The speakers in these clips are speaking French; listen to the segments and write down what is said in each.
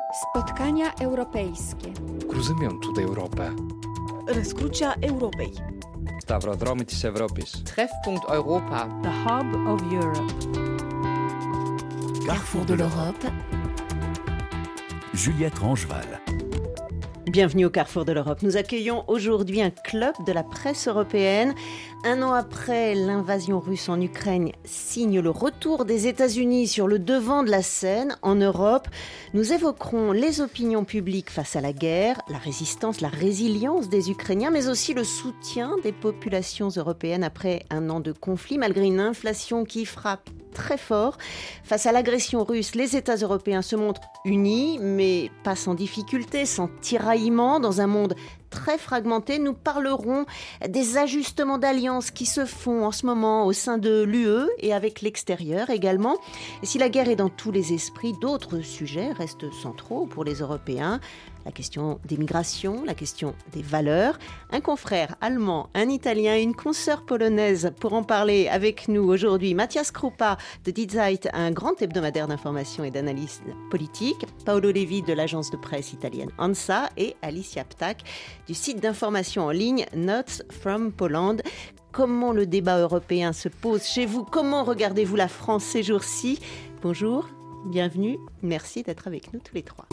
Spotkania europejskie. Cruzament de Europę. Răscrucea Europei. Stavrodromitis Europis. Treffpunkt Europa. The Hub of Europe. Carrefour de l'Europe. Juliette Rangeval. Bienvenue au Carrefour de l'Europe. Nous accueillons aujourd'hui un club de la presse européenne. Un an après l'invasion russe en Ukraine signe le retour des États-Unis sur le devant de la scène en Europe. Nous évoquerons les opinions publiques face à la guerre, la résistance, la résilience des Ukrainiens, mais aussi le soutien des populations européennes après un an de conflit, malgré une inflation qui frappe très fort. Face à l'agression russe, les États européens se montrent unis, mais pas sans difficulté, sans tiraillement. Dans un monde très fragmenté, nous parlerons des ajustements d'alliances qui se font en ce moment au sein de l'UE et avec l'extérieur également. Et si la guerre est dans tous les esprits, d'autres sujets restent centraux pour les Européens. La question des migrations, la question des valeurs. Un confrère allemand, un italien et une consoeur polonaise pour en parler avec nous aujourd'hui. Matthias Krupa de Die Zeit, un grand hebdomadaire d'information et d'analyse politique. Paolo Levi de l'agence de presse italienne ANSA et Alicia Ptak du site d'information en ligne Notes from Poland. Comment le débat européen se pose chez vous? Comment regardez-vous la France ces jours-ci? Bonjour, bienvenue, merci d'être avec nous tous les trois.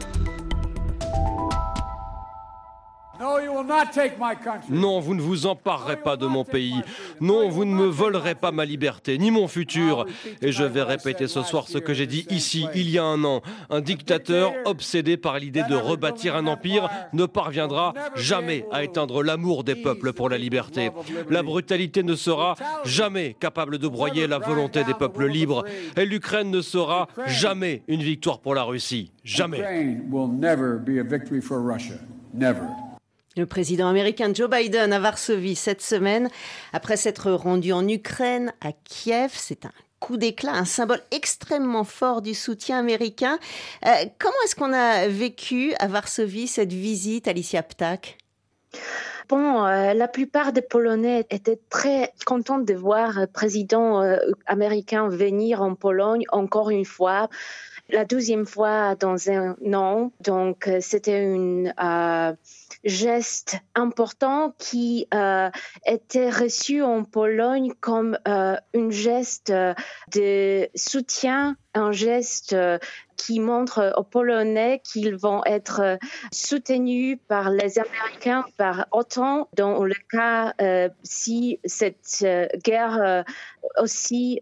Non, vous ne vous emparerez pas de mon pays. Non, vous ne me volerez pas ma liberté, ni mon futur. Et je vais répéter ce soir ce que j'ai dit ici, il y a un an. Un dictateur obsédé par l'idée de rebâtir un empire ne parviendra jamais à éteindre l'amour des peuples pour la liberté. La brutalité ne sera jamais capable de broyer la volonté des peuples libres. Et l'Ukraine ne sera jamais une victoire pour la Russie. Jamais. Le président américain Joe Biden à Varsovie cette semaine, après s'être rendu en Ukraine, à Kiev, c'est un coup d'éclat, un symbole extrêmement fort du soutien américain. Comment est-ce qu'on a vécu à Varsovie cette visite, Alicia Ptak ? La plupart des Polonais étaient très contents de voir le président américain venir en Pologne encore une fois. La 12e fois dans un an, donc c'était un geste important qui était reçu en Pologne comme un geste de soutien, un geste qui montre aux Polonais qu'ils vont être soutenus par les Américains par autant dans le cas si cette guerre aussi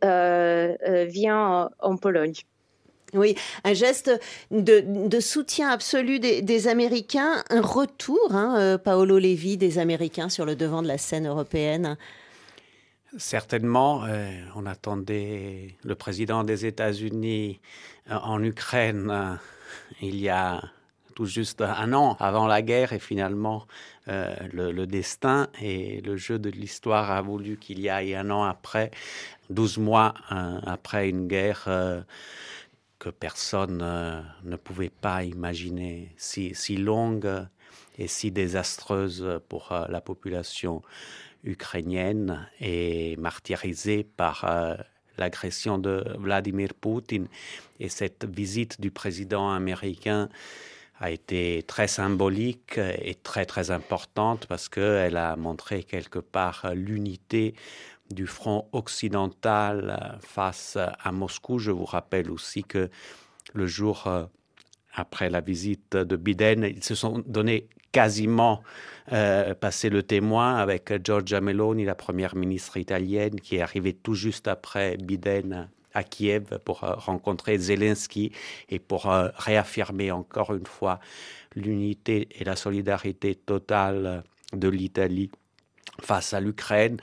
vient en Pologne. Oui, un geste de soutien absolu des Américains, un retour, Paolo Levi, des Américains sur le devant de la scène européenne. Certainement, on attendait le président des États-Unis en Ukraine il y a tout juste un an avant la guerre et finalement le destin et le jeu de l'histoire a voulu qu'il y ait un an après, 12 mois après une guerre que personne ne pouvait pas imaginer, si longue et si désastreuse pour la population ukrainienne et martyrisée par l'agression de Vladimir Poutine. Et cette visite du président américain a été très symbolique et très très importante parce qu'elle a montré quelque part l'unité du front occidental face à Moscou. Je vous rappelle aussi que le jour après la visite de Biden, ils se sont donné quasiment passer le témoin avec Giorgia Meloni, la première ministre italienne, qui est arrivée tout juste après Biden à Kiev pour rencontrer Zelensky et pour réaffirmer encore une fois l'unité et la solidarité totale de l'Italie face à l'Ukraine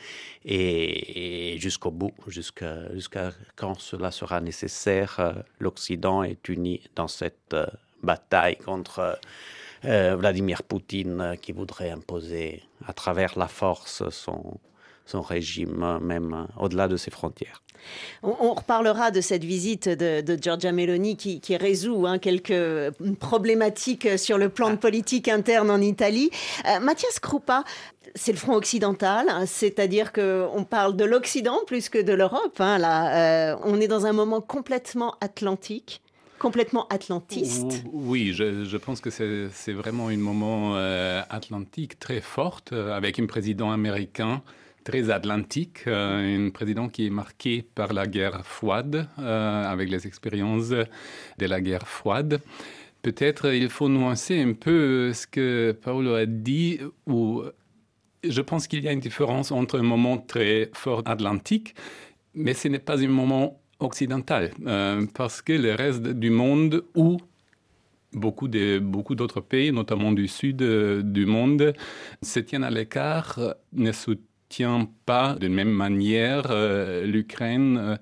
et jusqu'au bout, jusqu'à quand cela sera nécessaire, l'Occident est uni dans cette bataille contre Vladimir Poutine qui voudrait imposer à travers la force son régime, même au-delà de ses frontières. On reparlera de cette visite de Giorgia Meloni qui résout quelques problématiques sur le plan de politique interne en Italie. Matthias Krupa, c'est le front occidental, c'est-à-dire qu'on parle de l'Occident plus que de l'Europe. Là, on est dans un moment complètement atlantique, complètement atlantiste. Oui, je pense que c'est vraiment un moment atlantique très fort, avec un président américain très atlantique, un président qui est marqué par la guerre froide, avec les expériences de la guerre froide. Peut-être il faut nuancer un peu ce que Paolo a dit, où je pense qu'il y a une différence entre un moment très fort atlantique, mais ce n'est pas un moment occidental, parce que le reste du monde, ou beaucoup d'autres pays, notamment du sud du monde, se tiennent à l'écart, ne soutiennent pas de même manière l'Ukraine,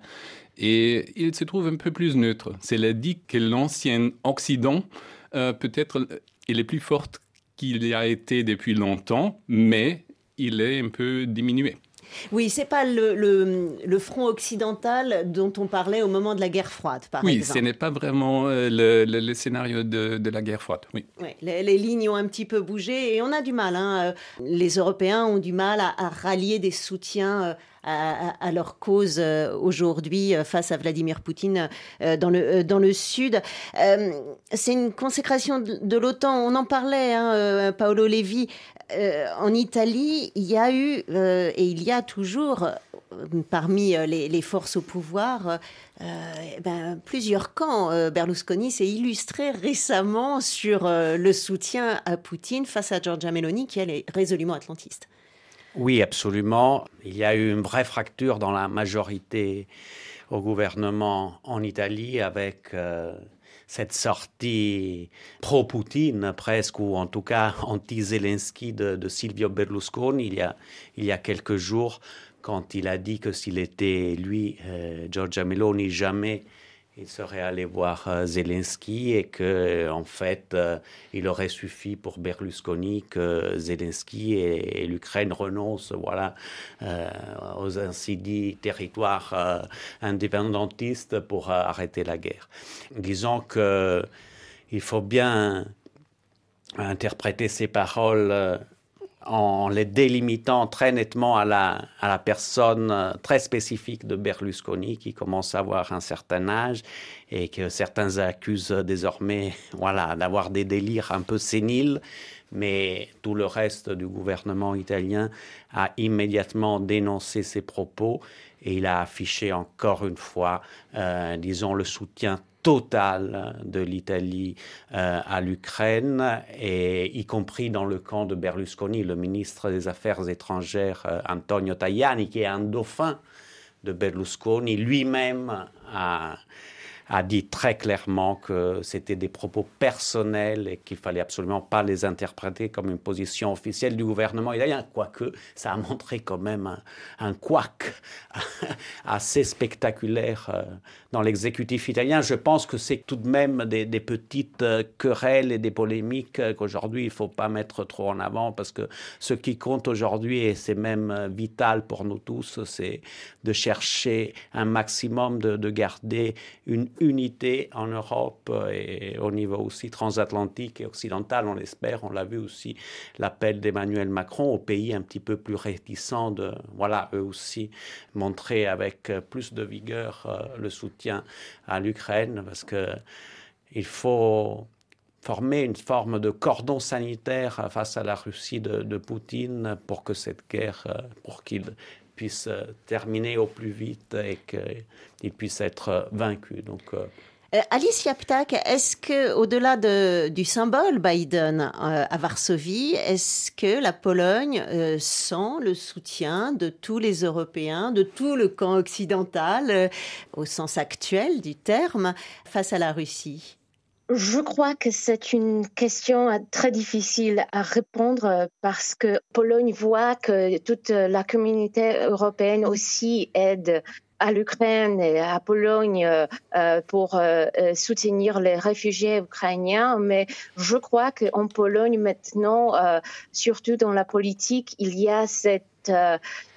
et il se trouve un peu plus neutre. Cela dit que l'ancien Occident, peut-être, il est plus fort qu'il y a été depuis longtemps, mais il est un peu diminué. Oui, c'est pas le front occidental dont on parlait au moment de la guerre froide, par exemple. Oui, ce n'est pas vraiment le scénario de la guerre froide, oui. Oui, les lignes ont un petit peu bougé et on a du mal. Les Européens ont du mal à rallier des soutiens à leur cause aujourd'hui face à Vladimir Poutine dans le sud. C'est une consécration de l'OTAN. On en parlait, Paolo Levi. En Italie, il y a eu et il y a toujours parmi les forces au pouvoir plusieurs camps. Berlusconi s'est illustré récemment sur le soutien à Poutine face à Giorgia Meloni, qui elle est résolument atlantiste. Oui, absolument. Il y a eu une vraie fracture dans la majorité au gouvernement en Italie avec cette sortie pro-Poutine presque, ou en tout cas anti-Zelensky de Silvio Berlusconi il y a quelques jours, quand il a dit que s'il était lui, Giorgia Meloni, jamais il serait allé voir Zelensky, et que en fait il aurait suffi pour Berlusconi que Zelensky et l'Ukraine renoncent aux ainsi dits territoires indépendantistes pour arrêter la guerre. Disons que il faut bien interpréter ces paroles en les délimitant très nettement à la personne très spécifique de Berlusconi, qui commence à avoir un certain âge et que certains accusent désormais d'avoir des délires un peu séniles. Mais tout le reste du gouvernement italien a immédiatement dénoncé ces propos, et il a affiché encore une fois, le soutien total de l'Italie à l'Ukraine, et y compris dans le camp de Berlusconi, le ministre des Affaires étrangères Antonio Tajani, qui est un dauphin de Berlusconi, lui-même a dit très clairement que c'était des propos personnels et qu'il ne fallait absolument pas les interpréter comme une position officielle du gouvernement italien, quoique ça a montré quand même un couac assez spectaculaire dans l'exécutif italien. Je pense que c'est tout de même des petites querelles et des polémiques qu'aujourd'hui il ne faut pas mettre trop en avant, parce que ce qui compte aujourd'hui, et c'est même vital pour nous tous, c'est de chercher un maximum de garder une unité en Europe et au niveau aussi transatlantique et occidental, on l'espère. On l'a vu aussi, l'appel d'Emmanuel Macron aux pays un petit peu plus réticents de, eux aussi montrer avec plus de vigueur le soutien à l'Ukraine, parce qu'il faut former une forme de cordon sanitaire face à la Russie de Poutine pour que cette guerre, pour qu'il puisse terminer au plus vite et qu'il puisse être vaincu. Donc, Alicia Ptak, est-ce que, au-delà du symbole Biden à Varsovie, est-ce que la Pologne sent le soutien de tous les Européens, de tout le camp occidental, au sens actuel du terme, face à la Russie ? Je crois que c'est une question très difficile à répondre, parce que Pologne voit que toute la communauté européenne aussi aide à l'Ukraine et à Pologne pour soutenir les réfugiés ukrainiens. Mais je crois qu'en Pologne maintenant, surtout dans la politique, il y a cette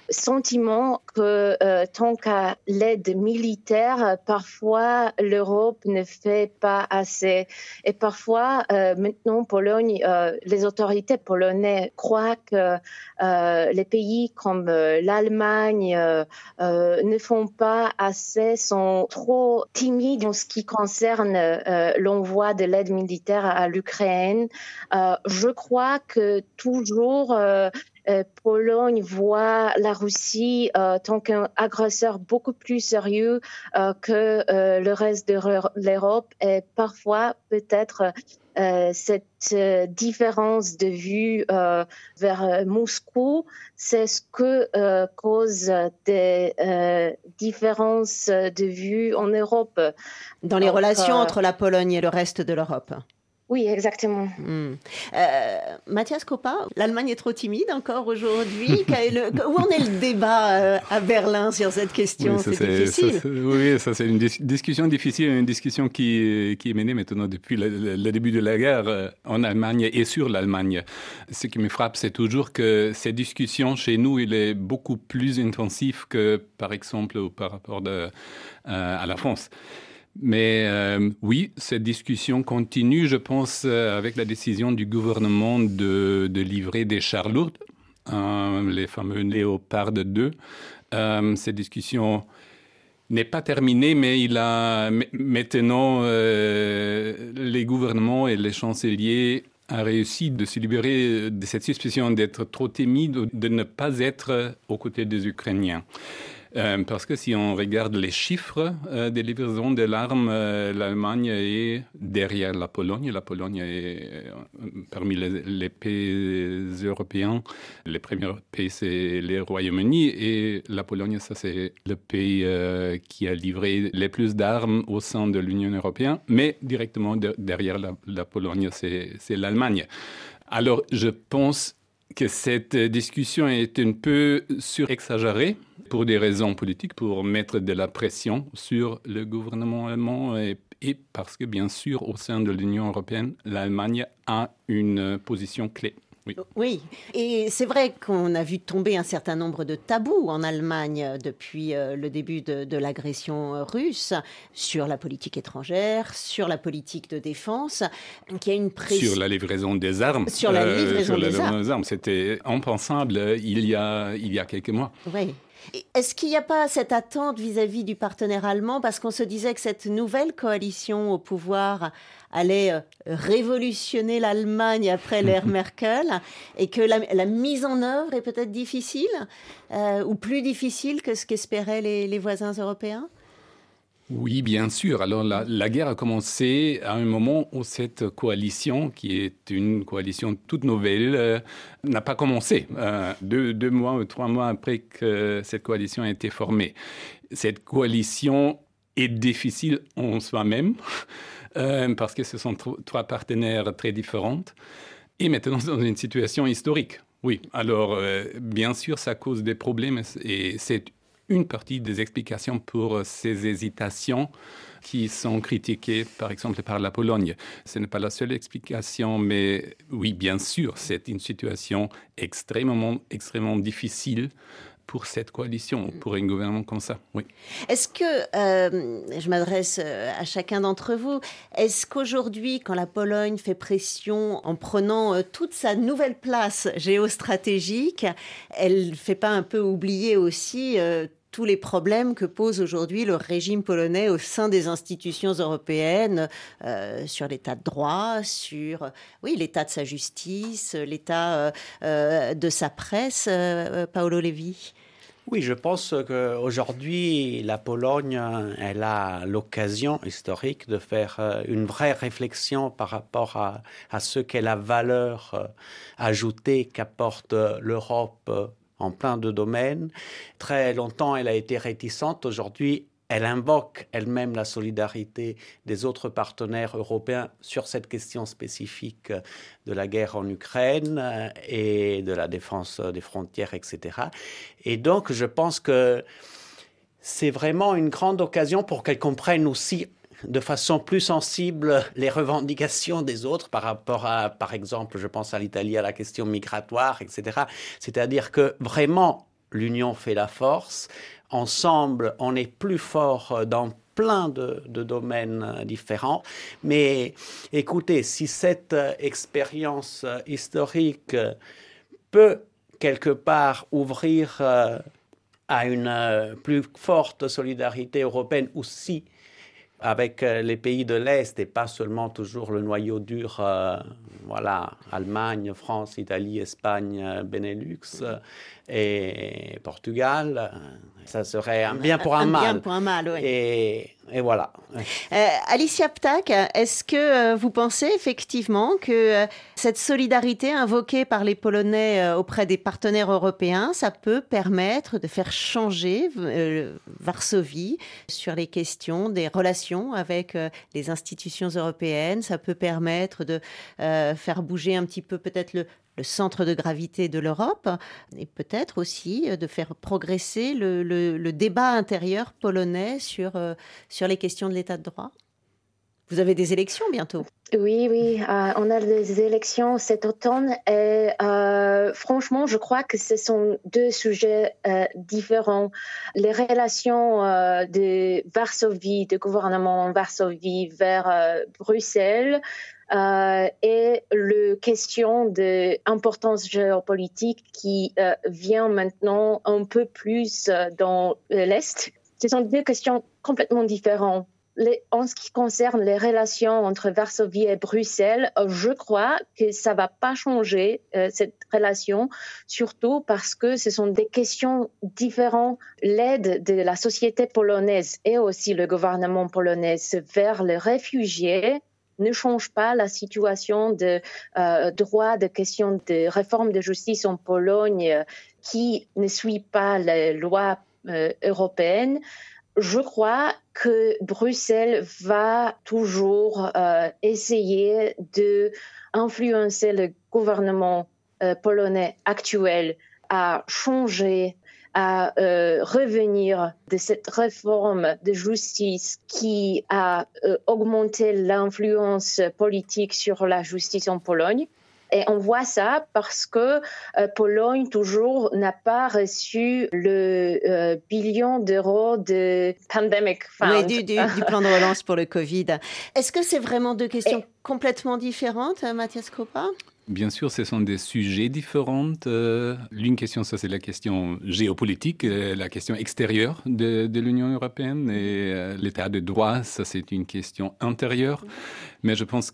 sentiment que tant qu'à l'aide militaire, parfois l'Europe ne fait pas assez. Et parfois, maintenant, Pologne, les autorités polonaises croient que les pays comme l'Allemagne ne font pas assez, sont trop timides en ce qui concerne l'envoi de l'aide militaire à l'Ukraine. Je crois que toujours Pologne voit la Russie tant qu'un agresseur beaucoup plus sérieux que le reste de l'Europe, et parfois peut-être cette différence de vue vers Moscou, c'est ce que cause des différences de vue en Europe. Dans les relations entre la Pologne et le reste de l'Europe. Oui, exactement. Mathias Kopa, l'Allemagne est trop timide encore aujourd'hui. Où en est le débat à Berlin sur cette question? C'est difficile. Ça c'est une discussion difficile, une discussion qui est menée maintenant depuis le début de la guerre en Allemagne et sur l'Allemagne. Ce qui me frappe, c'est toujours que ces discussions chez nous, il est beaucoup plus intensif que, par exemple, par rapport à la France. Mais oui, cette discussion continue, je pense, avec la décision du gouvernement de livrer des chars lourds, les fameux Léopard 2. Cette discussion n'est pas terminée, mais il a maintenant les gouvernements et les chanceliers ont réussi de se libérer de cette suspicion d'être trop timide ou de ne pas être aux côtés des Ukrainiens. Parce que si on regarde les chiffres des livraisons de l'arme, l'Allemagne est derrière la Pologne. La Pologne est parmi les pays européens. Les premiers pays, c'est le Royaume-Uni. Et la Pologne, ça, c'est le pays qui a livré les plus d'armes au sein de l'Union européenne. Mais directement derrière la Pologne, c'est l'Allemagne. Alors, je pense que cette discussion est un peu surexagérée pour des raisons politiques, pour mettre de la pression sur le gouvernement allemand et parce que, bien sûr, au sein de l'Union européenne, l'Allemagne a une position clé. Oui, et c'est vrai qu'on a vu tomber un certain nombre de tabous en Allemagne depuis le début de l'agression russe sur la politique étrangère, sur la politique de défense, qui a une sur la livraison des armes. Sur la livraison des armes. C'était impensable il y a quelques mois. Oui. Est-ce qu'il n'y a pas cette attente vis-à-vis du partenaire allemand, parce qu'on se disait que cette nouvelle coalition au pouvoir allait révolutionner l'Allemagne après l'ère Merkel, et que la mise en œuvre est peut-être difficile, ou plus difficile que ce qu'espéraient les voisins européens? Oui, bien sûr. Alors, la guerre a commencé à un moment où cette coalition, qui est une coalition toute nouvelle, n'a pas commencé. 2 mois ou 3 mois après que cette coalition a été formée. Cette coalition est difficile en soi-même, parce que ce sont 3 partenaires très différents. Et maintenant, dans une situation historique. Oui, alors, bien sûr, ça cause des problèmes et c'est une partie des explications pour ces hésitations qui sont critiquées, par exemple, par la Pologne. Ce n'est pas la seule explication, mais oui, bien sûr, c'est une situation extrêmement difficile pour cette coalition, pour un gouvernement comme ça, oui. Est-ce que, je m'adresse à chacun d'entre vous, est-ce qu'aujourd'hui, quand la Pologne fait pression en prenant toute sa nouvelle place géostratégique, elle ne fait pas un peu oublier aussi tous les problèmes que pose aujourd'hui le régime polonais au sein des institutions européennes, sur l'état de droit, sur l'état de sa justice, l'état de sa presse, Paolo Levi? Oui, je pense qu'aujourd'hui, la Pologne, elle a l'occasion historique de faire une vraie réflexion par rapport à ce qu'est la valeur ajoutée qu'apporte l'Europe en plein de domaines. Très longtemps, elle a été réticente. Aujourd'hui, elle invoque elle-même la solidarité des autres partenaires européens sur cette question spécifique de la guerre en Ukraine et de la défense des frontières, etc. Et donc, je pense que c'est vraiment une grande occasion pour qu'elle comprenne aussi de façon plus sensible les revendications des autres par rapport à, par exemple, je pense à l'Italie, à la question migratoire, etc. C'est-à-dire que vraiment, l'union fait la force. Ensemble, on est plus fort dans plein de domaines différents. Mais écoutez, si cette expérience historique peut quelque part ouvrir à une plus forte solidarité européenne aussi avec les pays de l'Est et pas seulement toujours le noyau dur, Allemagne, France, Italie, Espagne, Benelux et Portugal. Ça serait un bien pour un mal. Bien pour un mal, oui. Et voilà. Alicia Ptak, est-ce que vous pensez effectivement que cette solidarité invoquée par les Polonais auprès des partenaires européens, ça peut permettre de faire changer Varsovie sur les questions des relations avec les institutions européennes? Ça peut permettre de faire bouger un petit peu peut-être le centre de gravité de l'Europe et peut-être aussi de faire progresser le débat intérieur polonais sur les questions de l'état de droit. Vous avez des élections bientôt. Oui, on a des élections cet automne et franchement, je crois que ce sont deux sujets différents. Les relations de Varsovie, du gouvernement Varsovie vers Bruxelles et la question d'importance géopolitique qui vient maintenant un peu plus dans l'Est. Ce sont deux questions complètement différentes. En ce qui concerne les relations entre Varsovie et Bruxelles, je crois que ça va pas changer cette relation, surtout parce que ce sont des questions différentes. L'aide de la société polonaise et aussi le gouvernement polonais vers les réfugiés ne change pas la situation de droit, de questions de réforme de justice en Pologne qui ne suit pas les lois européennes. Je crois que Bruxelles va toujours essayer d'influencer le gouvernement polonais actuel à changer, à revenir de cette réforme de justice qui a augmenté l'influence politique sur la justice en Pologne. Et on voit ça parce que Pologne, toujours, n'a pas reçu le billion d'euros de pandemic fund. Oui, du plan de relance pour le Covid. Est-ce que c'est vraiment deux questions complètement différentes, Matthias Krupa ? Bien sûr, ce sont des sujets différents. L'une question, ça c'est la question géopolitique, la question extérieure de l'Union européenne, et l'état de droit, ça c'est une question intérieure. Mais je pense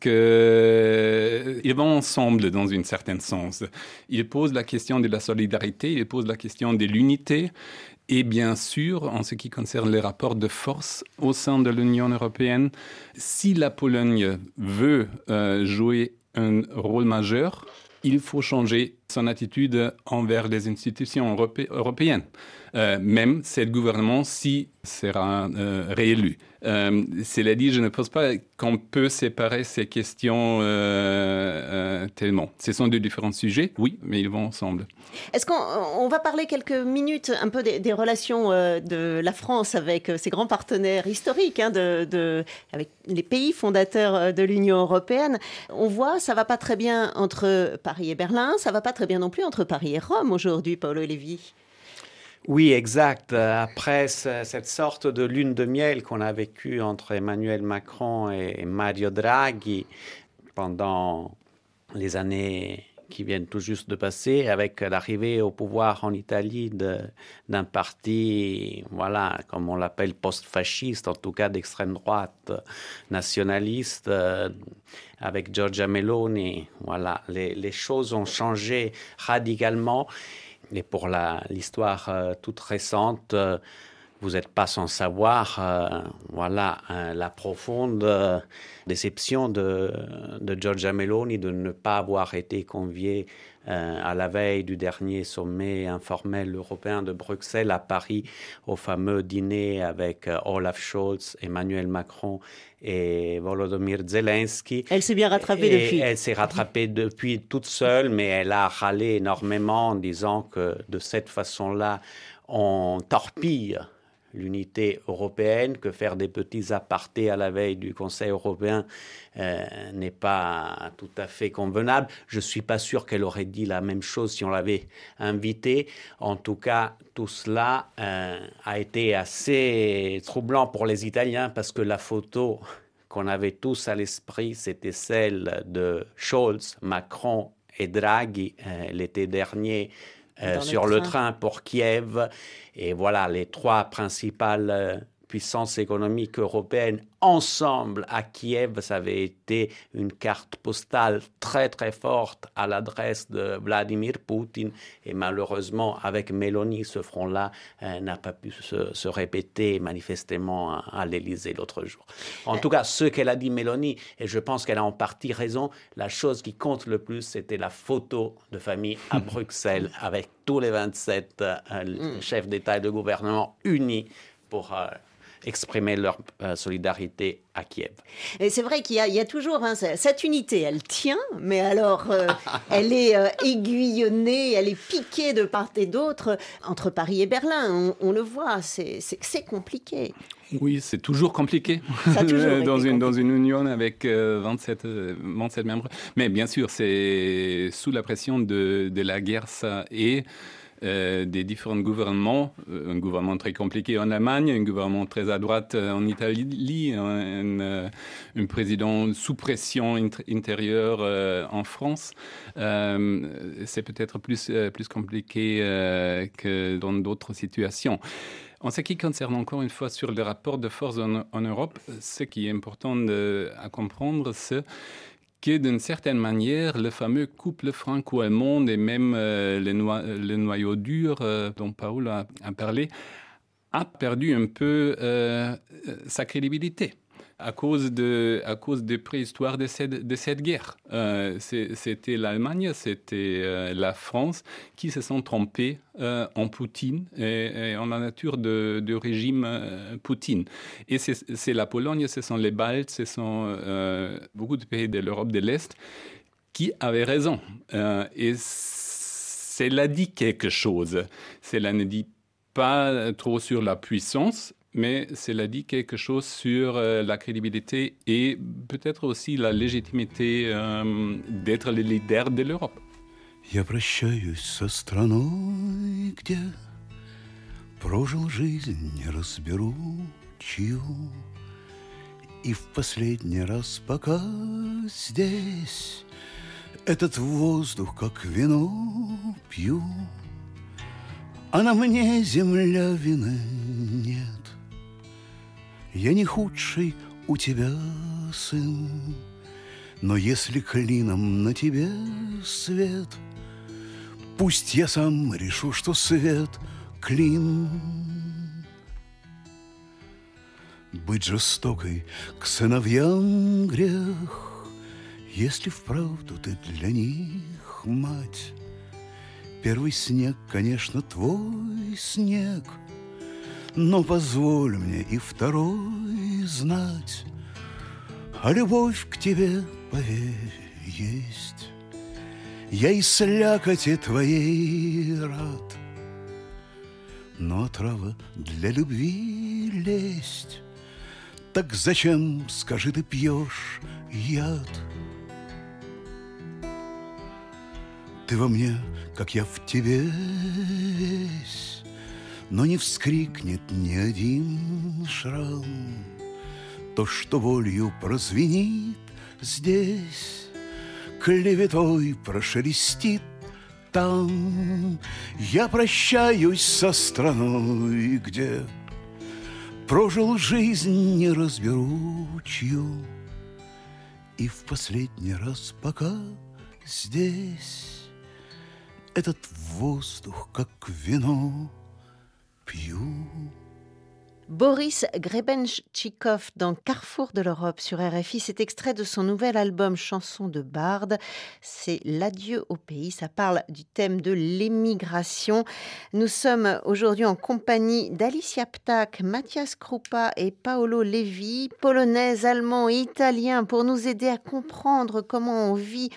qu'ils vont ensemble dans un certain sens. Ils posent la question de la solidarité, ils posent la question de l'unité. Et bien sûr, en ce qui concerne les rapports de force au sein de l'Union européenne, si la Pologne veut jouer un rôle majeur, il faut changer son attitude envers les institutions européennes, même si le gouvernement sera réélu. Cela dit, je ne pense pas qu'on peut séparer ces questions tellement. Ce sont deux différents sujets, oui, mais ils vont ensemble. Est-ce qu'on va parler quelques minutes un peu des relations de la France avec ses grands partenaires historiques, avec les pays fondateurs de l'Union européenne. On voit, ça va pas très bien entre Paris et Berlin, ça va pas très bien non plus entre Paris et Rome aujourd'hui, Paolo Levi. Oui, exact. Après cette sorte de lune de miel qu'on a vécue entre Emmanuel Macron et Mario Draghi pendant les années qui viennent tout juste de passer, avec l'arrivée au pouvoir en Italie d'un parti, comme on l'appelle, post-fasciste, en tout cas d'extrême droite, nationaliste, avec Giorgia Meloni. Les choses ont changé radicalement. Et pour l'histoire toute récente, vous n'êtes pas sans savoir la profonde déception de Giorgia Meloni de ne pas avoir été conviée à la veille du dernier sommet informel européen de Bruxelles à Paris, au fameux dîner avec Olaf Scholz, Emmanuel Macron et Volodymyr Zelensky. Elle s'est bien rattrapée depuis. Elle s'est rattrapée depuis toute seule, mais elle a râlé énormément en disant que de cette façon-là, on torpille l'unité européenne, que faire des petits apartés à la veille du Conseil européen n'est pas tout à fait convenable. Je ne suis pas sûr qu'elle aurait dit la même chose si on l'avait invitée. En tout cas, tout cela a été assez troublant pour les Italiens parce que la photo qu'on avait tous à l'esprit, c'était celle de Scholz, Macron et Draghi l'été dernier sur le train pour Kiev. Et voilà, les trois principales puissances économiques européennes ensemble à Kiev, ça avait été une carte postale très très forte à l'adresse de Vladimir Poutine. Et malheureusement, avec Mélanie, ce front-là n'a pas pu se répéter manifestement à l'Élysée l'autre jour. En tout cas, ce qu'elle a dit Mélanie, et je pense qu'elle a en partie raison, la chose qui compte le plus, c'était la photo de famille à Bruxelles avec tous les 27 chefs d'État et de gouvernement unis pour exprimer leur solidarité à Kiev. Et c'est vrai qu'il y a toujours cette unité, elle tient, mais alors elle est aiguillonnée, elle est piquée de part et d'autre entre Paris et Berlin. On le voit, c'est compliqué. Oui, c'est toujours compliqué dans une union avec 27 membres. Mais bien sûr, c'est sous la pression de la guerre, ça, et des différents gouvernements, un gouvernement très compliqué en Allemagne, un gouvernement très à droite en Italie, un président sous pression intérieure en France. C'est peut-être plus compliqué que dans d'autres situations. En ce qui concerne encore une fois sur le rapport de force en Europe, ce qui est important à comprendre, c'est que d'une certaine manière, le fameux couple franco-allemand et même le noyau dur dont Paul a parlé, a perdu un peu sa crédibilité à cause de préhistoire de cette guerre. C'était l'Allemagne, c'était la France qui se sont trompés en Poutine et en la nature du régime Poutine. Et c'est la Pologne, ce sont les Baltes, ce sont beaucoup de pays de l'Europe de l'Est qui avaient raison. Et cela dit quelque chose. Cela ne dit pas trop sur la puissance, mais cela dit quelque chose sur la crédibilité et peut-être aussi la légitimité d'être le leader de l'Europe. Я прощаюсь со страной, где прожил жизнь, не разберу чью. И в последний раз, пока здесь, этот воздух, как вино, пью, а на мне земля вины нет. Я не худший у тебя сын, но если клином на тебе свет, пусть я сам решу, что свет клин. Быть жестокой к сыновьям грех, если вправду ты для них мать. Первый снег, конечно, твой снег, но позволь мне и второй знать, а любовь к тебе, поверь, есть. Я и слякоти твоей рад, но отрава для любви лесть. Так зачем, скажи, ты пьешь яд? Ты во мне, как я в тебе весь, но не вскрикнет ни один шрам. То, что болью прозвенит здесь, клеветой прошелестит там. Я прощаюсь со страной, где прожил жизнь, не разберу чью. И в последний раз, пока здесь, этот воздух, как вино, пью. Boris Grebenščíkov dans Carrefour de l'Europe sur RFI. Cet extrait de son nouvel album Chansons de barde, c'est l'adieu au pays. Ça parle du thème de l'émigration. Nous sommes aujourd'hui en compagnie d'Alicia Ptak, Mathias Krupa et Paolo Levi, polonais, allemands et italiens, pour nous aider à comprendre comment on vit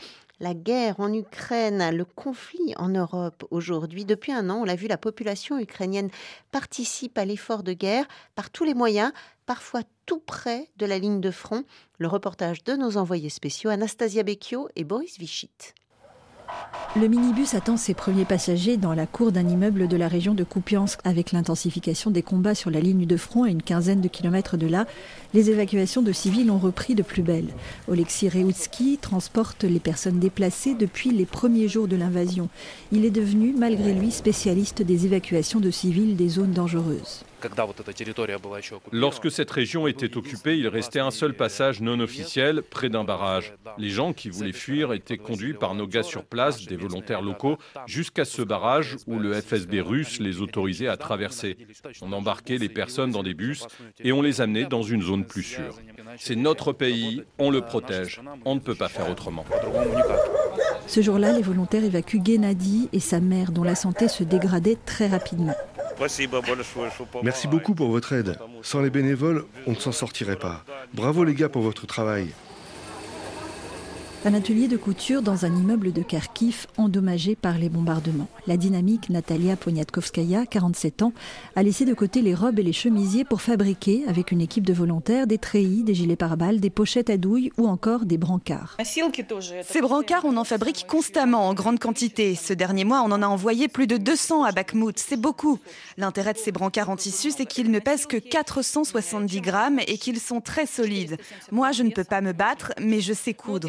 la guerre en Ukraine, le conflit en Europe aujourd'hui. Depuis un an, on l'a vu, la population ukrainienne participe à l'effort de guerre par tous les moyens, parfois tout près de la ligne de front. Le reportage de nos envoyés spéciaux Anastasia Becchio et Boris Vichit. Le minibus attend ses premiers passagers dans la cour d'un immeuble de la région de Kupiansk. Avec l'intensification des combats sur la ligne de front à une quinzaine de kilomètres de là, les évacuations de civils ont repris de plus belle. Oleksiy Reoutsky transporte les personnes déplacées depuis les premiers jours de l'invasion. Il est devenu, malgré lui, spécialiste des évacuations de civils des zones dangereuses. Lorsque cette région était occupée, il restait un seul passage non officiel près d'un barrage. Les gens qui voulaient fuir étaient conduits par nos gars sur place, des volontaires locaux, jusqu'à ce barrage où le FSB russe les autorisait à traverser. On embarquait les personnes dans des bus et on les amenait dans une zone plus sûre. C'est notre pays, on le protège. On ne peut pas faire autrement. Ce jour-là, les volontaires évacuent Gennady et sa mère, dont la santé se dégradait très rapidement. Merci beaucoup pour votre aide. Sans les bénévoles, on ne s'en sortirait pas. Bravo les gars pour votre travail. Un atelier de couture dans un immeuble de Kharkiv endommagé par les bombardements. La dynamique Natalia Poniatkovskaya, 47 ans, a laissé de côté les robes et les chemisiers pour fabriquer, avec une équipe de volontaires, des treillis, des gilets pare-balles, des pochettes à douille ou encore des brancards. Ces brancards, on en fabrique constamment en grande quantité. Ce dernier mois, on en a envoyé plus de 200 à Bakhmout. C'est beaucoup. L'intérêt de ces brancards en tissu, c'est qu'ils ne pèsent que 470 grammes et qu'ils sont très solides. Moi, je ne peux pas me battre, mais je sais coudre.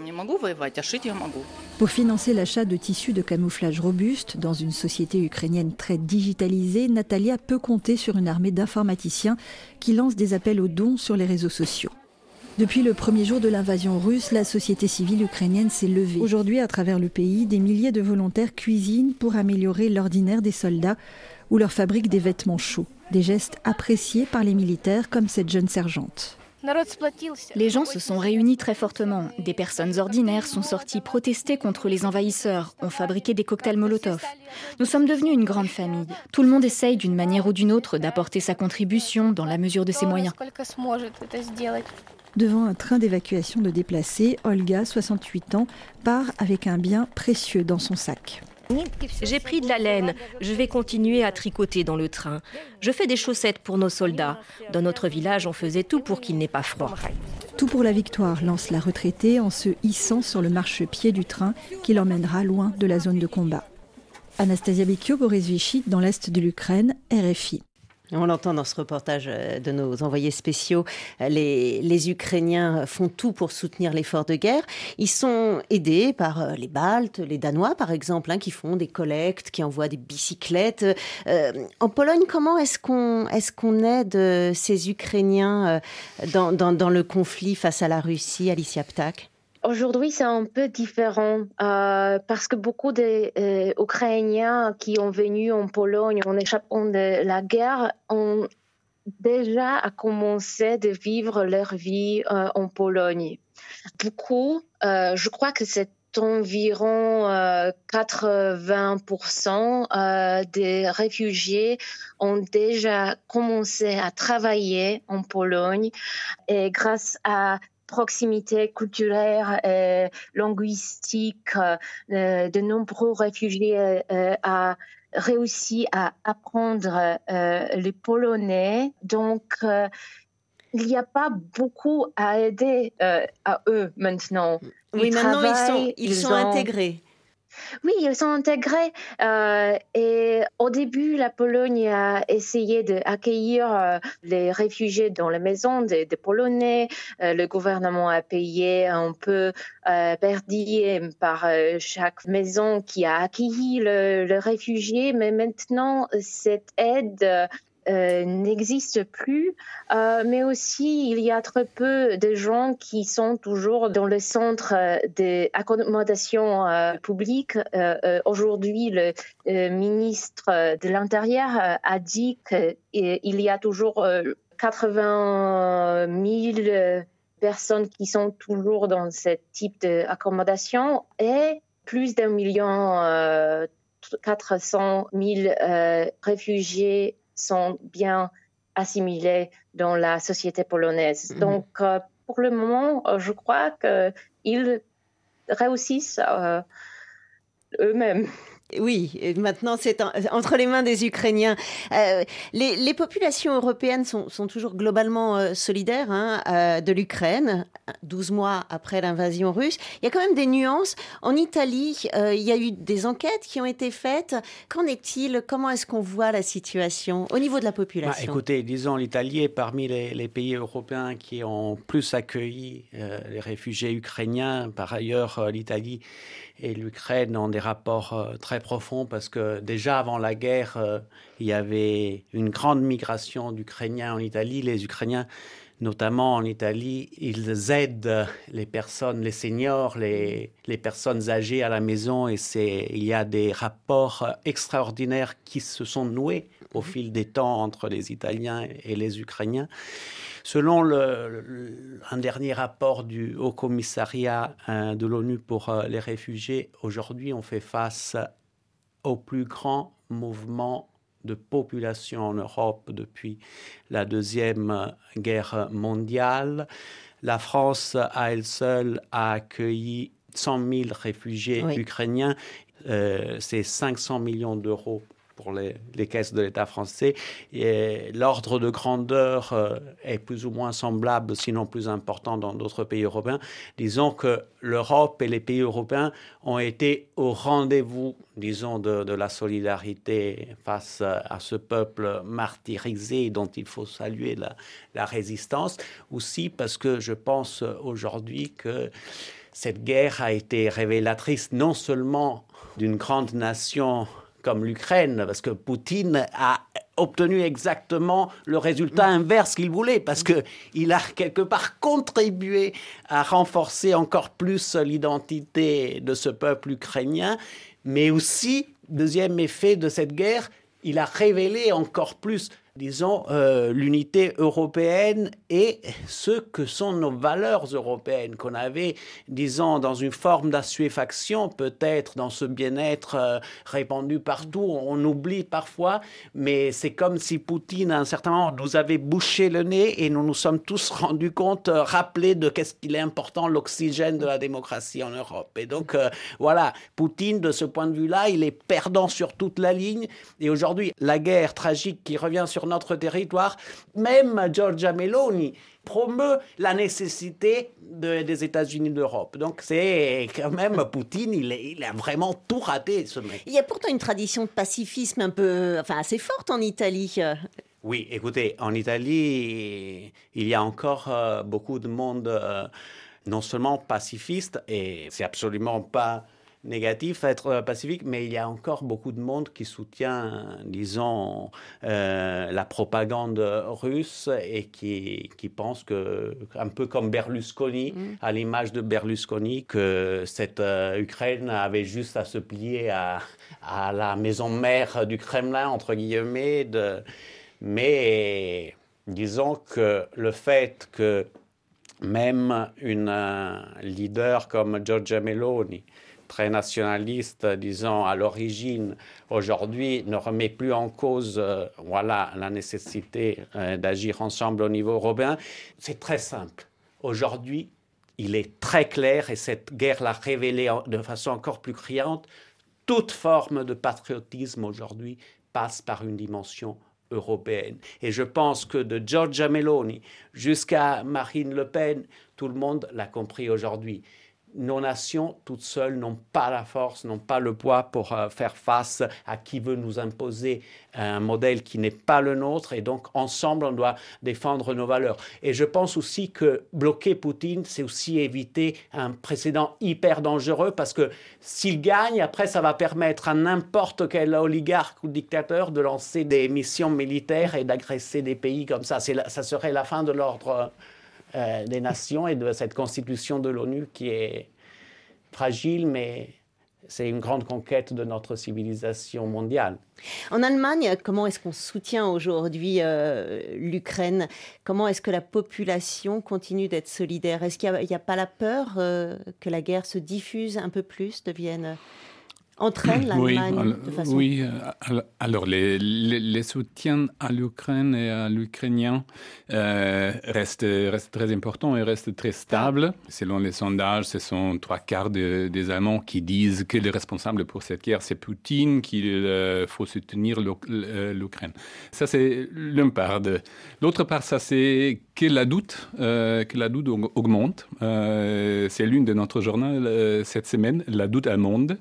Pour financer l'achat de tissus de camouflage robustes dans une société ukrainienne très digitalisée, Natalia peut compter sur une armée d'informaticiens qui lancent des appels aux dons sur les réseaux sociaux. Depuis le premier jour de l'invasion russe, la société civile ukrainienne s'est levée. Aujourd'hui, à travers le pays, des milliers de volontaires cuisinent pour améliorer l'ordinaire des soldats ou leur fabriquent des vêtements chauds. Des gestes appréciés par les militaires comme cette jeune sergente. Les gens se sont réunis très fortement. Des personnes ordinaires sont sorties protester contre les envahisseurs, ont fabriqué des cocktails Molotov. Nous sommes devenus une grande famille. Tout le monde essaye d'une manière ou d'une autre d'apporter sa contribution dans la mesure de ses moyens. Devant un train d'évacuation de déplacés, Olga, 68 ans, part avec un bien précieux dans son sac. J'ai pris de la laine. Je vais continuer à tricoter dans le train. Je fais des chaussettes pour nos soldats. Dans notre village, on faisait tout pour qu'il n'ait pas froid. Tout pour la victoire, lance la retraitée en se hissant sur le marchepied du train qui l'emmènera loin de la zone de combat. Anastasia Becchio, Boris Vichit, dans l'est de l'Ukraine, RFI. On l'entend dans ce reportage de nos envoyés spéciaux. Les Ukrainiens font tout pour soutenir l'effort de guerre. Ils sont aidés par les Baltes, les Danois par exemple, qui font des collectes, qui envoient des bicyclettes. En Pologne, comment est-ce qu'on aide ces Ukrainiens dans le conflit face à la Russie, Alicia Ptak? Aujourd'hui, c'est un peu différent parce que beaucoup d'Ukrainiens qui ont venu en Pologne en échappant de la guerre ont déjà commencé de vivre leur vie en Pologne. Beaucoup, je crois que c'est environ 80% des réfugiés ont déjà commencé à travailler en Pologne et grâce à proximité culturelle et linguistique, de nombreux réfugiés ont réussi à apprendre le polonais. Donc, il n'y a pas beaucoup à aider à eux maintenant. Oui, maintenant ils sont intégrés. Oui, ils sont intégrés. Et au début, la Pologne a essayé d'accueillir les réfugiés dans les maisons des Polonais. Le gouvernement a payé un peu per diem par chaque maison qui a accueilli le réfugié. Mais maintenant, cette aide n'existe plus, mais aussi il y a très peu de gens qui sont toujours dans le centre d'accommodation publique. Aujourd'hui, le ministre de l'Intérieur a dit qu'il y a toujours 80 000 personnes qui sont toujours dans ce type d'accommodation et plus d'1 400 000 réfugiés sont bien assimilés dans la société polonaise. Donc, pour le moment, je crois qu'ils réussissent eux-mêmes. Oui, et maintenant c'est entre les mains des Ukrainiens. Les populations européennes sont toujours globalement solidaires de l'Ukraine, 12 mois après l'invasion russe. Il y a quand même des nuances. En Italie, il y a eu des enquêtes qui ont été faites. Qu'en est-il? Comment est-ce qu'on voit la situation au niveau de la population? Écoutez, disons, l'Italie est parmi les pays européens qui ont plus accueilli les réfugiés ukrainiens. Par ailleurs, l'Italie et l'Ukraine ont des rapports très profonds parce que déjà avant la guerre, il y avait une grande migration d'Ukrainiens en Italie. Les Ukrainiens, notamment en Italie, ils aident les personnes, les seniors, les personnes âgées à la maison et il y a des rapports extraordinaires qui se sont noués au fil des temps entre les Italiens et les Ukrainiens. Selon un dernier rapport du Haut Commissariat de l'ONU pour les réfugiés, aujourd'hui on fait face au plus grand mouvement de population en Europe depuis la Deuxième Guerre mondiale. La France, à elle seule, a accueilli 100 000 réfugiés ukrainiens. C'est 500 millions d'euros pour les caisses de l'État français. Et l'ordre de grandeur est plus ou moins semblable, sinon plus important dans d'autres pays européens. Disons que l'Europe et les pays européens ont été au rendez-vous, disons, de la solidarité face à ce peuple martyrisé dont il faut saluer la résistance. Aussi parce que je pense aujourd'hui que cette guerre a été révélatrice non seulement d'une grande nation comme l'Ukraine, parce que Poutine a obtenu exactement le résultat inverse qu'il voulait, parce qu'il a quelque part contribué à renforcer encore plus l'identité de ce peuple ukrainien, mais aussi, deuxième effet de cette guerre, il a révélé encore plus, disons, l'unité européenne et ce que sont nos valeurs européennes qu'on avait, disons, dans une forme d'assuéfaction, peut-être dans ce bien-être répandu partout. On oublie parfois, mais c'est comme si Poutine, à un certain moment, nous avait bouché le nez et nous nous sommes tous rendus compte, rappelés de qu'est-ce qu'il est important, l'oxygène de la démocratie en Europe. Et donc, voilà, Poutine, de ce point de vue-là, il est perdant sur toute la ligne. Et aujourd'hui, la guerre tragique qui revient sur notre territoire, même Giorgia Meloni promeut la nécessité des États-Unis d'Europe. Donc c'est quand même Poutine, il a vraiment tout raté, ce mec. Il y a pourtant une tradition de pacifisme assez forte en Italie. Oui, écoutez, en Italie, il y a encore beaucoup de monde non seulement pacifiste, et c'est absolument pas négatif à être pacifique, mais il y a encore beaucoup de monde qui soutient, disons, la propagande russe et qui pense que, un peu comme Berlusconi, à l'image de Berlusconi, que cette Ukraine avait juste à se plier à la maison mère du Kremlin, entre guillemets. Mais disons que le fait que même une leader comme Giorgia Meloni, très nationaliste, disons, à l'origine, aujourd'hui, ne remet plus en cause la nécessité d'agir ensemble au niveau européen. C'est très simple. Aujourd'hui, il est très clair, et cette guerre l'a révélé de façon encore plus criante, toute forme de patriotisme aujourd'hui passe par une dimension européenne. Et je pense que de Giorgia Meloni jusqu'à Marine Le Pen, tout le monde l'a compris aujourd'hui. Nos nations, toutes seules, n'ont pas la force, n'ont pas le poids pour faire face à qui veut nous imposer un modèle qui n'est pas le nôtre. Et donc, ensemble, on doit défendre nos valeurs. Et je pense aussi que bloquer Poutine, c'est aussi éviter un précédent hyper dangereux, parce que s'il gagne, après, ça va permettre à n'importe quel oligarque ou dictateur de lancer des missions militaires et d'agresser des pays comme ça. Ça serait la fin de l'ordre des nations et de cette constitution de l'ONU qui est fragile, mais c'est une grande conquête de notre civilisation mondiale. En Allemagne, comment est-ce qu'on soutient aujourd'hui l'Ukraine? Comment est-ce que la population continue d'être solidaire? Est-ce qu'il n'y a pas la peur que la guerre se diffuse un peu plus, devienne entraîne l'Allemagne de façon... Oui, alors les soutiens à l'Ukraine et à l'Ukrainien restent très importants et restent très stables. Selon les sondages, ce sont 3/4 des Allemands qui disent que le responsable pour cette guerre, c'est Poutine, qu'il faut soutenir l'Ukraine. Ça, c'est l'une part. L'autre part, ça, c'est que la doute augmente. C'est l'une de notre journal cette semaine, la doute allemande.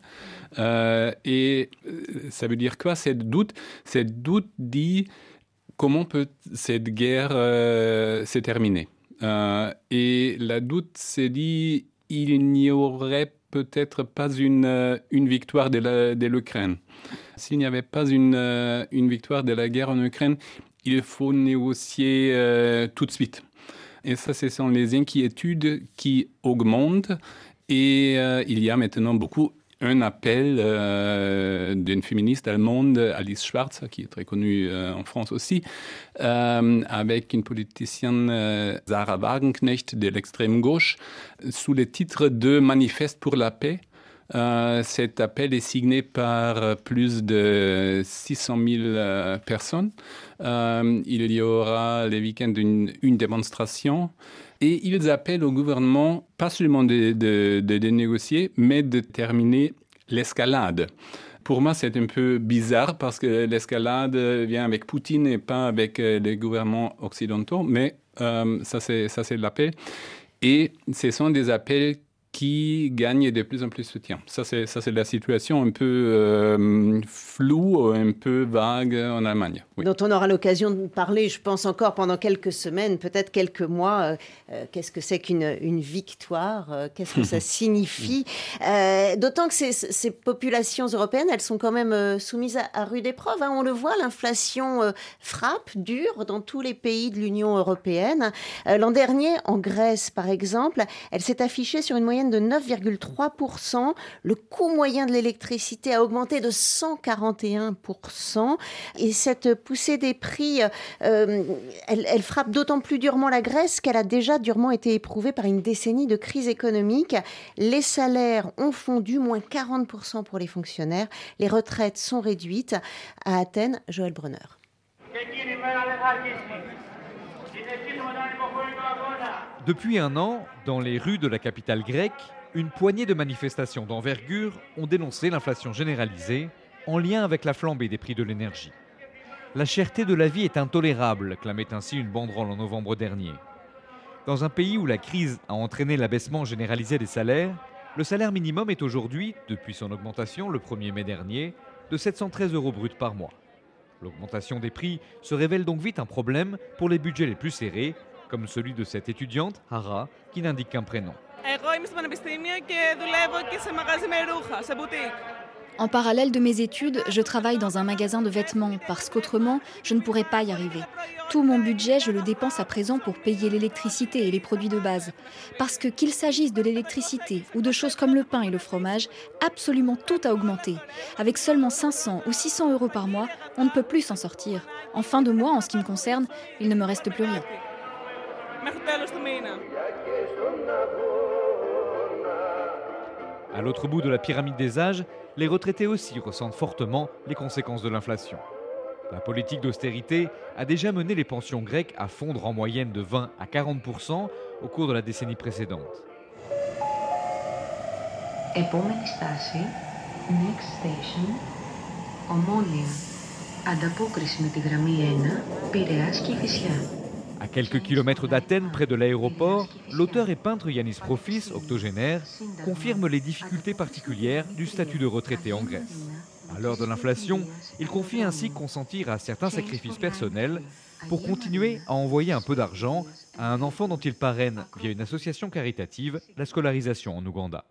Et ça veut dire quoi, cette doute? Cette doute dit comment peut cette guerre se terminer. Et la doute se dit il n'y aurait peut-être pas une victoire de l'Ukraine. S'il n'y avait pas une victoire de la guerre en Ukraine, il faut négocier tout de suite. Et ça, ce sont les inquiétudes qui augmentent. Et il y a maintenant un appel d'une féministe allemande, Alice Schwarzer, qui est très connue en France aussi, avec une politicienne, Sarah Wagenknecht, de l'extrême gauche, sous le titre de Manifeste pour la paix. Cet appel est signé par plus de 600 000 personnes. Il y aura le week-end une démonstration. Et ils appellent au gouvernement, pas seulement de négocier, mais de terminer l'escalade. Pour moi, c'est un peu bizarre parce que l'escalade vient avec Poutine et pas avec les gouvernements occidentaux. Mais ça, c'est l'appel. Et ce sont des appels qui gagnent de plus en plus de soutien. Ça, c'est la situation un peu floue, un peu vague en Allemagne. Oui. Dont on aura l'occasion de parler, je pense, encore pendant quelques semaines, peut-être quelques mois. Qu'est-ce que c'est qu'une victoire? Qu'est-ce que ça signifie? D'autant que ces populations européennes, elles sont quand même soumises à rude épreuve. On le voit, l'inflation frappe, dure dans tous les pays de l'Union européenne. L'an dernier, en Grèce, par exemple, elle s'est affichée sur une moyenne de 9,3%. Le coût moyen de l'électricité a augmenté de 141%. Et cette poussée des prix, elle frappe d'autant plus durement la Grèce qu'elle a déjà durement été éprouvée par une décennie de crise économique. Les salaires ont fondu, moins 40% pour les fonctionnaires. Les retraites sont réduites. À Athènes, Joël Brunner. Depuis un an, dans les rues de la capitale grecque, une poignée de manifestations d'envergure ont dénoncé l'inflation généralisée en lien avec la flambée des prix de l'énergie. La cherté de la vie est intolérable, clamait ainsi une banderole en novembre dernier. Dans un pays où la crise a entraîné l'abaissement généralisé des salaires, le salaire minimum est aujourd'hui, depuis son augmentation le 1er mai dernier, de 713 € bruts par mois. L'augmentation des prix se révèle donc vite un problème pour les budgets les plus serrés, comme celui de cette étudiante, Hara, qui n'indique qu'un prénom. En parallèle de mes études, je travaille dans un magasin de vêtements parce qu'autrement, je ne pourrais pas y arriver. Tout mon budget, je le dépense à présent pour payer l'électricité et les produits de base. Parce que qu'il s'agisse de l'électricité ou de choses comme le pain et le fromage, absolument tout a augmenté. Avec seulement 500 ou 600 € par mois, on ne peut plus s'en sortir. En fin de mois, en ce qui me concerne, il ne me reste plus rien. À l'autre bout de la pyramide des âges, les retraités aussi ressentent fortement les conséquences de l'inflation. La politique d'austérité a déjà mené les pensions grecques à fondre en moyenne de 20 à 40% au cours de la décennie précédente. Επόμενη στάση, next station, Ομόνια. Ανταπόκριση με τη γραμμή 1, Πειραιάς και Κηφισιά. À quelques kilomètres d'Athènes, près de l'aéroport, l'auteur et peintre Yannis Profis, octogénaire, confirme les difficultés particulières du statut de retraité en Grèce. À l'heure de l'inflation, il confie ainsi consentir à certains sacrifices personnels pour continuer à envoyer un peu d'argent à un enfant dont il parraine, via une association caritative, la scolarisation en Ouganda.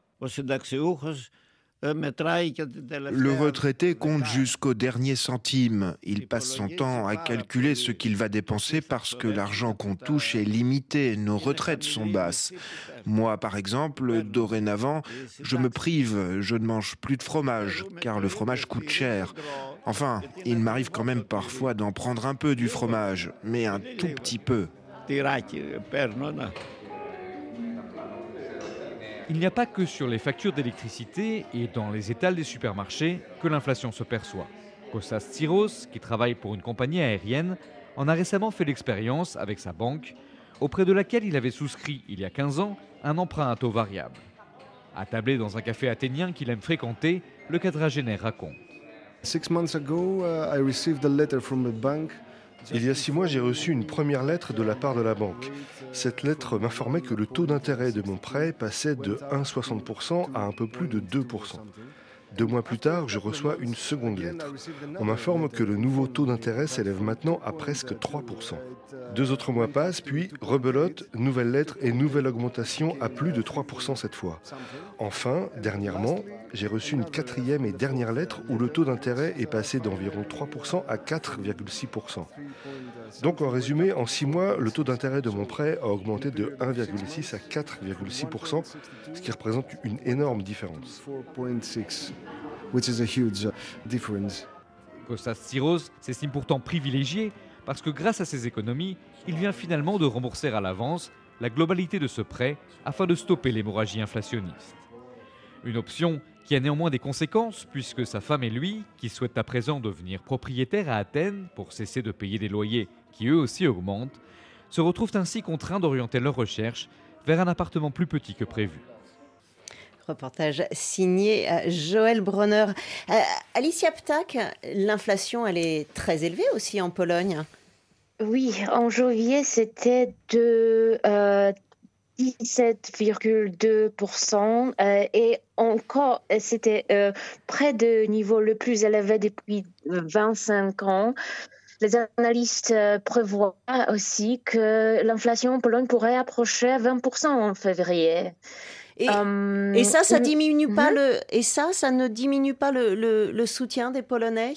Le retraité compte jusqu'au dernier centime. Il passe son temps à calculer ce qu'il va dépenser parce que l'argent qu'on touche est limité. Nos retraites sont basses. Moi, par exemple, dorénavant, je me prive. Je ne mange plus de fromage, car le fromage coûte cher. Enfin, il m'arrive quand même parfois d'en prendre un peu du fromage, mais un tout petit peu. Il n'y a pas que sur les factures d'électricité et dans les étals des supermarchés que l'inflation se perçoit. Kostas Tsiros, qui travaille pour une compagnie aérienne, en a récemment fait l'expérience avec sa banque, auprès de laquelle il avait souscrit, il y a 15 ans, un emprunt à taux variable. Attablé dans un café athénien qu'il aime fréquenter, le quadragénaire raconte. Il y a 6 mois, j'ai reçu une première lettre de la part de la banque. Cette lettre m'informait que le taux d'intérêt de mon prêt passait de 1,60% à un peu plus de 2%. 2 mois plus tard, je reçois une seconde lettre. On m'informe que le nouveau taux d'intérêt s'élève maintenant à presque 3%. 2 autres mois passent, puis rebelote, nouvelle lettre et nouvelle augmentation à plus de 3% cette fois. Enfin, dernièrement, j'ai reçu une 4e et dernière lettre où le taux d'intérêt est passé d'environ 3% à 4,6%. Donc en résumé, en 6 mois, le taux d'intérêt de mon prêt a augmenté de 1,6 à 4,6%, ce qui représente une énorme différence. Kostas Tsiros s'estime pourtant privilégié parce que grâce à ses économies, il vient finalement de rembourser à l'avance la globalité de ce prêt afin de stopper l'hémorragie inflationniste. Une option qui a néanmoins des conséquences puisque sa femme et lui, qui souhaitent à présent devenir propriétaires à Athènes pour cesser de payer des loyers qui eux aussi augmentent, se retrouvent ainsi contraints d'orienter leurs recherches vers un appartement plus petit que prévu. Reportage signé Joël Bronner. Alicia Ptak, l'inflation, elle est très élevée aussi en Pologne. Oui, en janvier, c'était de 17,2% et encore, c'était près du niveau le plus élevé depuis 25 ans. Les analystes prévoient aussi que l'inflation en Pologne pourrait approcher 20% en février. Et ça diminue pas ça ne diminue pas le soutien des Polonais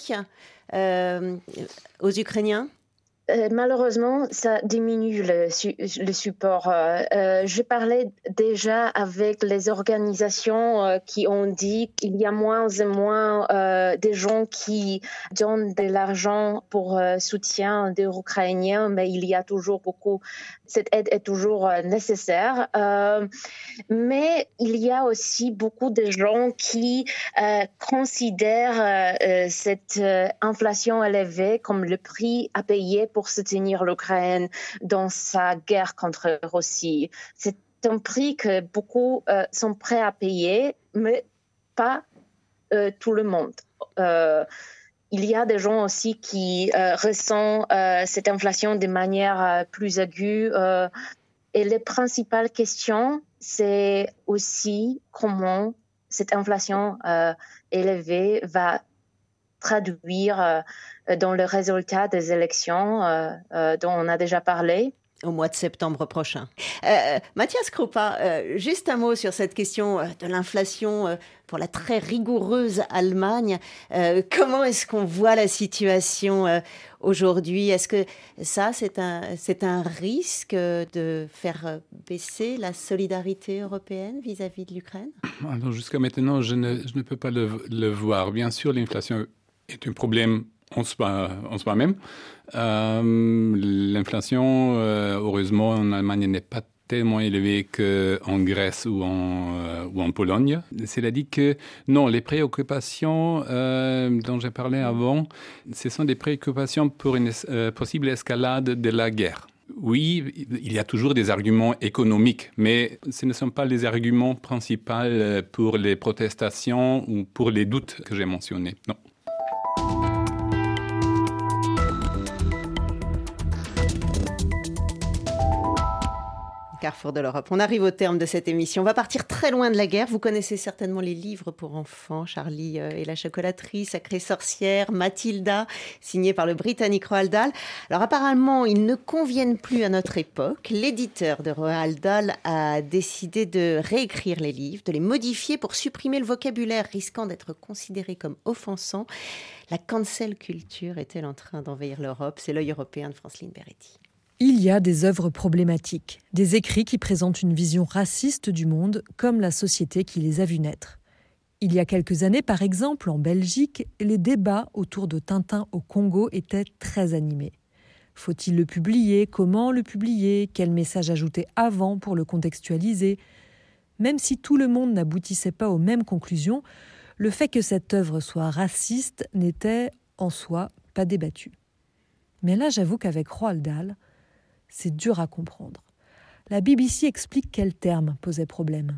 aux Ukrainiens? Malheureusement, ça diminue le support. Je parlais déjà avec les organisations qui ont dit qu'il y a moins et moins des gens qui donnent de l'argent pour soutien des Ukrainiens, mais il y a toujours beaucoup. Cette aide est toujours nécessaire. Mais il y a aussi beaucoup de gens qui considèrent cette inflation élevée comme le prix à payer pour soutenir l'Ukraine dans sa guerre contre la Russie. C'est un prix que beaucoup sont prêts à payer, mais pas tout le monde. Il y a des gens aussi qui ressentent cette inflation de manière plus aiguë. Et les principales questions, c'est aussi comment cette inflation élevée va traduire dans le résultat des élections dont on a déjà parlé. Au mois de septembre prochain. Mathias Krupa, juste un mot sur cette question de l'inflation pour la très rigoureuse Allemagne. Comment est-ce qu'on voit la situation aujourd'hui? Est-ce que ça, c'est un risque de faire baisser la solidarité européenne vis-à-vis de l'Ukraine? Alors, jusqu'à maintenant, je ne peux pas le voir. Bien sûr, l'inflation est un problème en soi-même. L'inflation, heureusement, en Allemagne n'est pas tellement élevée qu'en Grèce ou en Pologne. Cela dit que non, les préoccupations dont j'ai parlé avant, ce sont des préoccupations pour une possible escalade de la guerre. Oui, il y a toujours des arguments économiques, mais ce ne sont pas les arguments principaux pour les protestations ou pour les doutes que j'ai mentionnés. Non. Carrefour de l'Europe. On arrive au terme de cette émission. On va partir très loin de la guerre. Vous connaissez certainement les livres pour enfants, Charlie et la chocolaterie, Sacrée sorcière, Mathilda, signé par le Britannique Roald Dahl. Alors apparemment, ils ne conviennent plus à notre époque. L'éditeur de Roald Dahl a décidé de réécrire les livres, de les modifier pour supprimer le vocabulaire risquant d'être considéré comme offensant. La cancel culture est-elle en train d'envahir l'Europe? C'est l'œil européen de Franceline Beretti. Il y a des œuvres problématiques, des écrits qui présentent une vision raciste du monde, comme la société qui les a vus naître. Il y a quelques années, par exemple, en Belgique, les débats autour de Tintin au Congo étaient très animés. Faut-il le publier? Comment le publier? Quel message ajouter avant pour le contextualiser? Même si tout le monde n'aboutissait pas aux mêmes conclusions, le fait que cette œuvre soit raciste n'était, en soi, pas débattu. Mais là, j'avoue qu'avec Roald Dahl, c'est dur à comprendre. La BBC explique quel terme posait problème.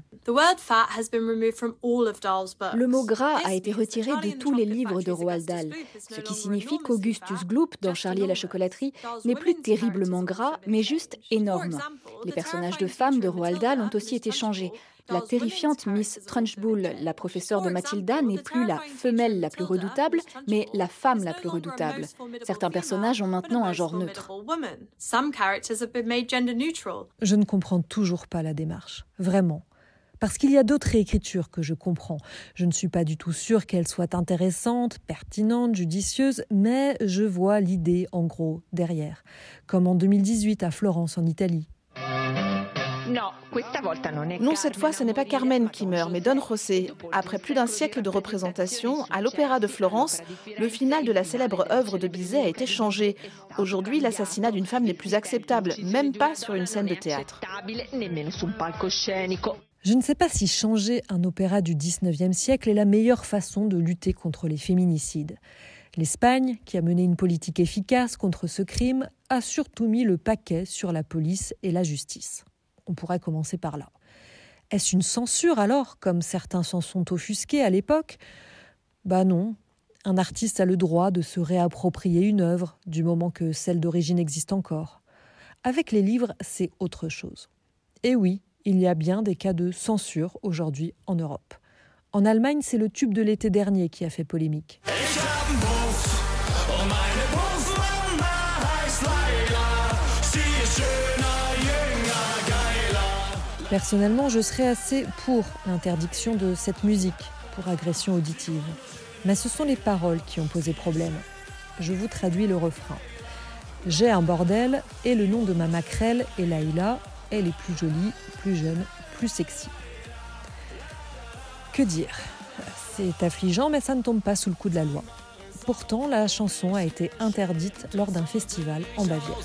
Le mot gras a été retiré de tous les livres de Roald Dahl, ce qui signifie qu'Augustus Gloop, dans Charlie et la chocolaterie, n'est plus terriblement gras, mais juste énorme. Les personnages de femmes de Roald Dahl ont aussi été changés. La terrifiante Miss Trunchbull, la professeure de Mathilda, n'est plus la femelle la plus redoutable, mais la femme la plus redoutable. Certains personnages ont maintenant un genre neutre. Je ne comprends toujours pas la démarche, vraiment. Parce qu'il y a d'autres réécritures que je comprends. Je ne suis pas du tout sûre qu'elles soient intéressantes, pertinentes, judicieuses, mais je vois l'idée, en gros, derrière. Comme en 2018 à Florence, en Italie. Non, cette fois, ce n'est pas Carmen qui meurt, mais Don José. Après plus d'un siècle de représentation, à l'Opéra de Florence, le final de la célèbre œuvre de Bizet a été changé. Aujourd'hui, l'assassinat d'une femme n'est plus acceptable, même pas sur une scène de théâtre. Je ne sais pas si changer un opéra du 19e siècle est la meilleure façon de lutter contre les féminicides. L'Espagne, qui a mené une politique efficace contre ce crime, a surtout mis le paquet sur la police et la justice. On pourrait commencer par là. Est-ce une censure alors, comme certains s'en sont offusqués à l'époque ? Bah non. Un artiste a le droit de se réapproprier une œuvre, du moment que celle d'origine existe encore. Avec les livres, c'est autre chose. Et oui, il y a bien des cas de censure aujourd'hui en Europe. En Allemagne, c'est le tube de l'été dernier qui a fait polémique. Personnellement, je serais assez pour l'interdiction de cette musique pour agression auditive. Mais ce sont les paroles qui ont posé problème. Je vous traduis le refrain. J'ai un bordel et le nom de ma maquerelle est Laïla. Elle est plus jolie, plus jeune, plus sexy. Que dire ? C'est affligeant, mais ça ne tombe pas sous le coup de la loi. Pourtant, la chanson a été interdite lors d'un festival en Bavière.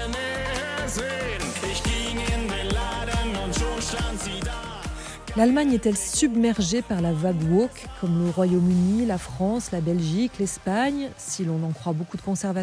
L'Allemagne est-elle submergée par la vague woke, comme le Royaume-Uni, la France, la Belgique, l'Espagne, si l'on en croit beaucoup de conservateurs ?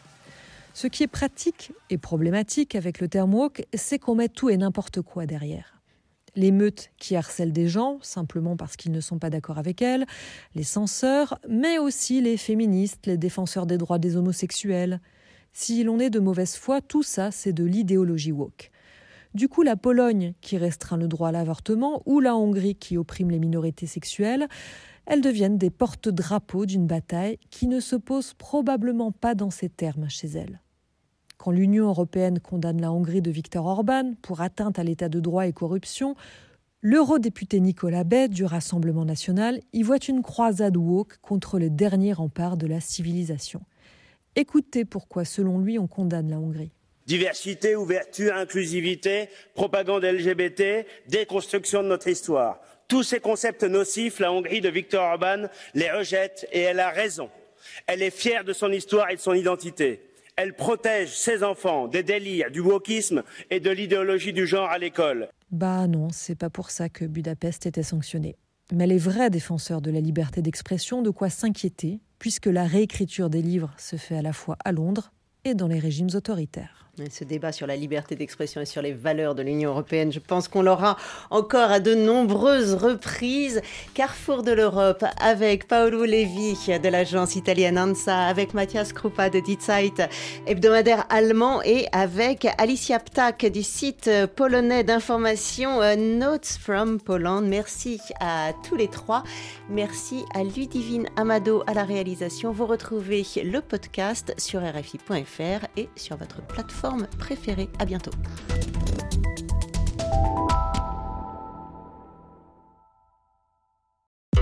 Ce qui est pratique et problématique avec le terme woke, c'est qu'on met tout et n'importe quoi derrière. Les meutes qui harcèlent des gens, simplement parce qu'ils ne sont pas d'accord avec elles, les censeurs, mais aussi les féministes, les défenseurs des droits des homosexuels. Si l'on est de mauvaise foi, tout ça, c'est de l'idéologie woke. Du coup, la Pologne, qui restreint le droit à l'avortement, ou la Hongrie, qui opprime les minorités sexuelles, elles deviennent des porte-drapeaux d'une bataille qui ne se pose probablement pas dans ces termes chez elles. Quand l'Union européenne condamne la Hongrie de Viktor Orban pour atteinte à l'état de droit et corruption, l'eurodéputé Nicolas Bay du Rassemblement national y voit une croisade woke contre le dernier rempart de la civilisation. Écoutez pourquoi, selon lui, on condamne la Hongrie. Diversité, ouverture, inclusivité, propagande LGBT, déconstruction de notre histoire. Tous ces concepts nocifs, la Hongrie de Viktor Orban les rejette et elle a raison. Elle est fière de son histoire et de son identité. Elle protège ses enfants des délires, du wokisme et de l'idéologie du genre à l'école. Bah non, c'est pas pour ça que Budapest était sanctionné. Mais les vrais défenseurs de la liberté d'expression ont de quoi s'inquiéter, puisque la réécriture des livres se fait à la fois à Londres et dans les régimes autoritaires. Ce débat sur la liberté d'expression et sur les valeurs de l'Union européenne, je pense qu'on l'aura encore à de nombreuses reprises. Carrefour de l'Europe avec Paolo Levi de l'agence italienne ANSA, avec Matthias Krupa de Die Zeit, hebdomadaire allemand, et avec Alicia Ptak du site polonais d'information Notes from Poland. Merci à tous les trois. Merci à Ludivine Amado à la réalisation. Vous retrouvez le podcast sur RFI.fr et sur votre plateforme préférée. À bientôt.